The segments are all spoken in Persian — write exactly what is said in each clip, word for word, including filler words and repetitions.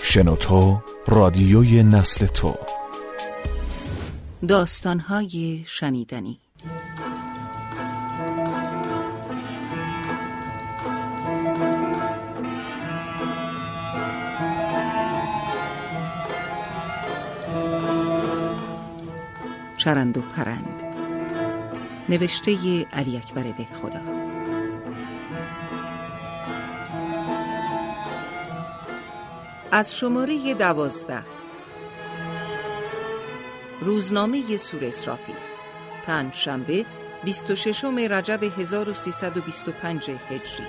شنوتو رادیوی نسل تو. داستان‌های شنیدنی. چرند و پرند، نوشته علی اکبر دهخدا. از شماره دوازده، روزنامه سور اسرافیل، پنج شنبه بیست و ششم رجب هزار و سیصد و بیست و پنج هجری.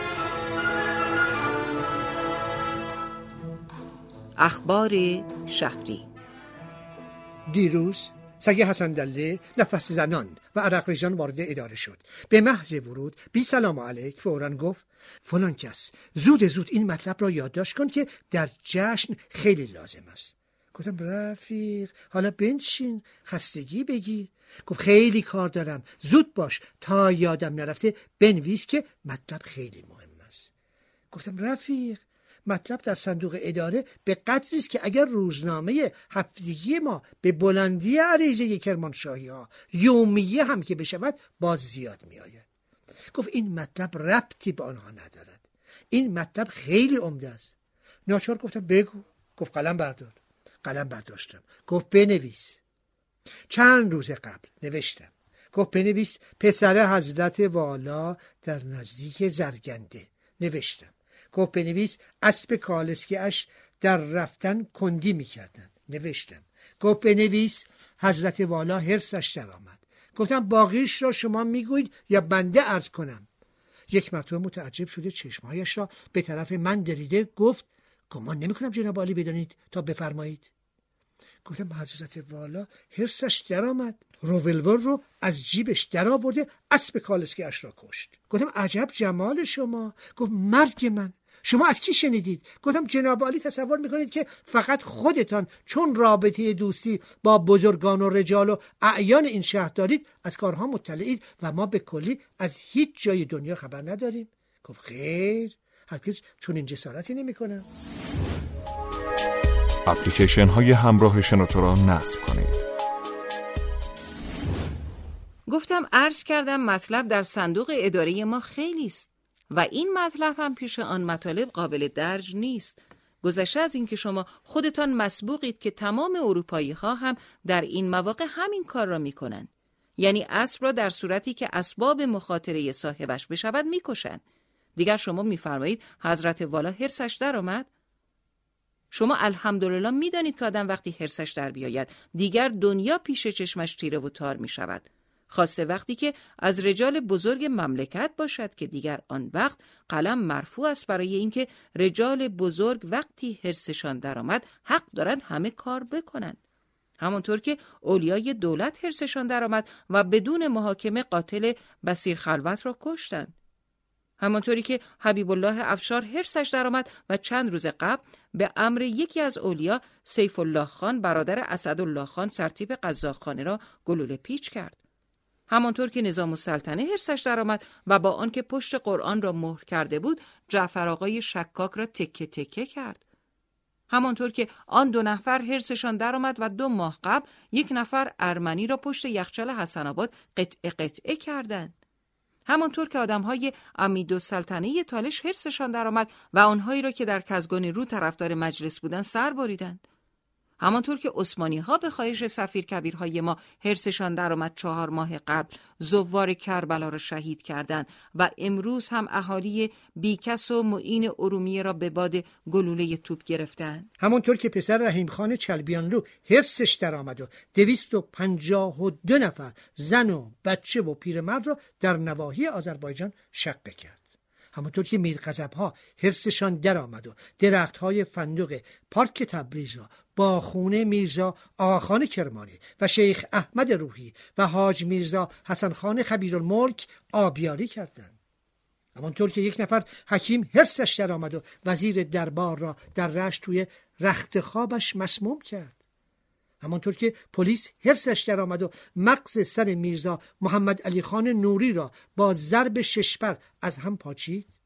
اخبار شهری. دیروز سگ حسن دله نفس زنان و عرق ریزان وارد اداره شد. به محض ورود بی سلام علیک فوراً گفت فلان کس زود زود این مطلب را یادداشت کن که در جشن خیلی لازم است. گفتم رفیق حالا بنشین خستگی بگی. گفت خیلی کار دارم، زود باش تا یادم نرفته بنویس که مطلب خیلی مهم است. گفتم رفیق مطلب در صندوق اداره به قدری است که اگر روزنامه هفتگی ما به بلندی عریضه کرمانشاهی ها یومیه هم که بشود باز زیاد می آید. گفت این مطلب ربطی به آنها ندارد، این مطلب خیلی عمده است. ناچار گفتم بگو. گفت قلم بردار. قلم برداشتم. گفت بنویس. چند روز قبل نوشتم. گفت بنویس پسر حضرت والا در نزدیک زرگنده. نوشتم. گفت بنویس اسب کالسکی اش در رفتن کندی میکردند. نوشتم. گفت بنویس حضرت والا حرصش در آمد. گفتم باقیش را شما میگویید یا بنده عرض کنم؟ یک مرتبه متعجب شده چشمهایش را به طرف من دریده گفت گمان نمی کنم جناب عالی بدانید تا بفرمایید. گفتم حضرت والا حرصش در آمد، رولور رو از جیبش در آورده اسب کالسکی اش را کشت. گفتم عجب جمال شما. گفت مرگ من. شما از کی شنیدید؟ گفتم جناب عالی تصور میکنید که فقط خودتان چون رابطه دوستی با بزرگان و رجال و اعیان این شهر دارید از کارها مطلعید و ما به کلی از هیچ جای دنیا خبر نداریم؟ گفت خیر، هرگز چون این جسارتی نمی کنم. اپلیکیشن های همراه شنوتو را نصب کنید. گفتم عرض کردم مطلب در صندوق اداره ما خیلی است و این مطلب هم پیش آن مطالب قابل درج نیست. گذشته از این که شما خودتان مسبوقید که تمام اروپایی ها هم در این مواقع همین کار را می کنند. یعنی اسب را در صورتی که اسباب مخاطره صاحبش بشود می کشند. دیگر شما می فرمایید حضرت والا حرصش در آمد؟ شما الحمدلله می دانید که آدم وقتی حرصش در بیاید دیگر دنیا پیش چشمش تیره و تار می شود. خاصه وقتی که از رجال بزرگ مملکت باشد که دیگر آن وقت قلم مرفوع است برای اینکه رجال بزرگ وقتی حرصشان درآمد حق دارند همه کار بکنند. همانطور که اولیای دولت حرصشان درآمد و بدون محاکمه قاتل بصیر خلوت را کشتند. همانطوری که حبیب الله افشار حرصش درآمد و چند روز قبل به امر یکی از اولیا سیف الله خان برادر اسدالله خان سرتیپ قزاقخانه را گلوله پیچ کرد. همانطور که نظام السلطنه حرصش درآمد و با آنکه پشت قرآن را مهر کرده بود جعفر آقای شکاک را تکه تکه کرد. همانطور که آن دو نفر حرصشان درآمد و دو ماه قبل یک نفر ارمنی را پشت یخچال حسن آباد قطعه قطعه کردند. همانطور که آدم‌های امیدالسلطنه تالش حرصشان درآمد و آنهایی را که در کزگان رو طرفدار مجلس بودند سر بریدند. همانطور که عثمانی‌ها به خواهش سفیر کبیرهای ما حرصشان درآمد چهار ماه قبل زوار کربلا را شهید کردند و امروز هم اهالی بیکس و معین ارومیه را به باد گلوله توپ گرفتند. همانطور که پسر رحیم خان چلبیانلو حرصش درآمد و دویست و پنجاه و دو نفر زن و بچه و پیرمرد را در نواحی آذربایجان شقه کرد. همونطور که میرغضب‌ها حرصشان درآمد و درخت‌های فندق پارک تبریز را با خونه میرزا آقاخان کرمانی و شیخ احمد روحی و حاج میرزا حسن خان خبیرالملک آبیاری کردند. همانطور که یک نفر حکیم حرصش درآمد و وزیر دربار را در رشت توی رخت خوابش مسموم کرد. همانطور که پلیس حرصش درآمد و مغز سر میرزا محمد علی خان نوری را با ضرب ششبر از هم پاچید.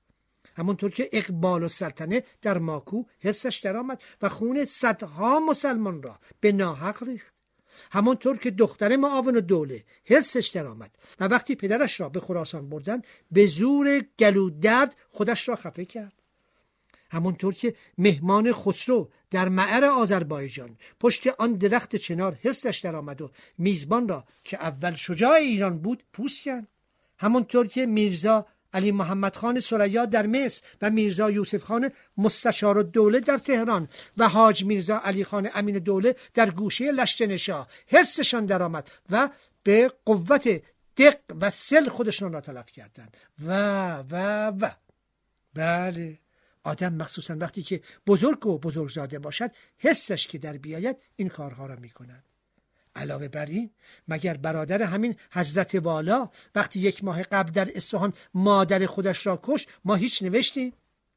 همونطور که اقبال السلطنه در ماکو حرصش درآمد و خون صدها مسلمان را به ناحق ریخت. همونطور که دختر معاون الدوله حرصش درآمد و وقتی پدرش را به خراسان بردن به زور گلودرد خودش را خفه کرد. همونطور که مهمان خسرو در معر آذربایجان پشت آن درخت چنار حرصش درآمد و میزبان را که اول شجاع ایران بود پوست کند. همونطور که میرزا علی محمد خان ثریا در مصر و میرزا یوسف خان مستشار الدوله در تهران و حاج میرزا علی خان امین الدوله در گوشه لشت‌نشا حرصشان درآمد و به قوت دق و سل خودشان را تلف کردند و و و بله، آدم مخصوصا وقتی که بزرگ و بزرگزاده باشد حسش که در بیاید این کارها را می کند. علاوه بر این، مگر برادر همین حضرت والا وقتی یک ماه قبل در اصفهان مادر خودش را کشت ما هیچ نوشتیم؟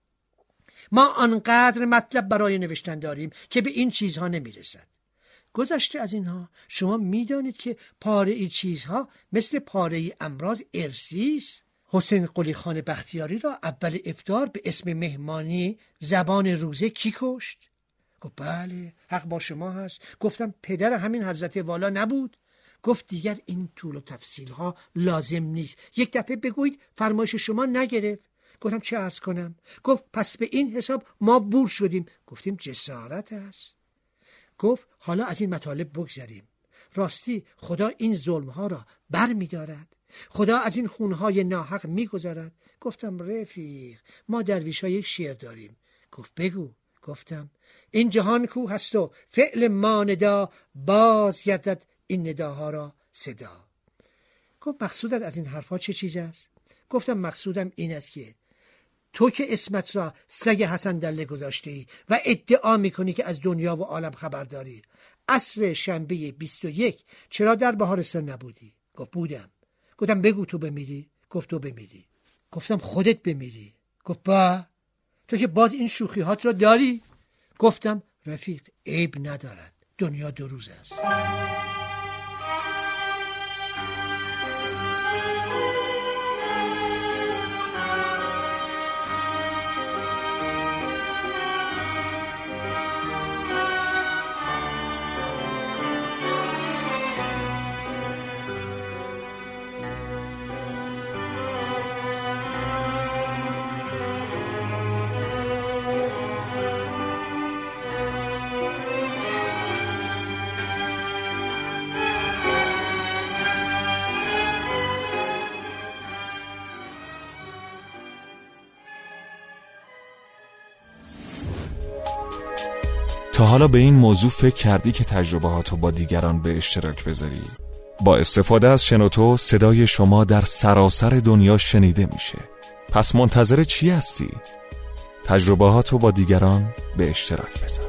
ما آنقدر مطلب برای نوشتن داریم که به این چیزها نمی رسد. گذشته از اینها شما می دانید که پاره ای چیزها مثل پاره ای امراض ارثی است. حسین قلی خان بختیاری را اول افطار به اسم مهمانی زبان روزه کی کشت؟ گفت بله، حق با شما هست. گفتم پدر همین حضرت والا نبود؟ گفت دیگر این طول و تفصیل ها لازم نیست، یک دفعه بگویید فرمایش شما نگرفت. گفتم چه عرض کنم؟ گفت پس به این حساب ما بور شدیم. گفتیم جسارت است. گفت حالا از این مطالب بگذریم. راستی خدا این ظلم ها را بر می دارد، خدا از این خونهای ناحق می گذارد. گفتم رفیق، ما درویش ها یک شعر داریم. گفت بگو. گفتم این جهان کو هست و فعل ما ندا، باز گردد این نداها را صدا. گفت مقصودت از این حرفا چه چیز است؟ گفتم مقصودم این است که تو که اسمت را سگ حسن دله گذاشته ای و ادعا میکنی که از دنیا و عالم خبر داری، عصر شنبه بیست و یک چرا در بهارستان نبودی؟ گفت بودم. گفتم بگو تو بمیری؟ گفت تو بمیری. گفتم خودت بمیری؟ گفت با تو که باز این شوخیات را داری؟ گفتم رفیق عیب ندارد، دنیا دو روز است. تا حالا به این موضوع فکر کردی که تجربهاتو با دیگران به اشتراک بذاری؟ با استفاده از شنوتو صدای شما در سراسر دنیا شنیده میشه. پس منتظر چی هستی؟ تجربهاتو با دیگران به اشتراک بذار.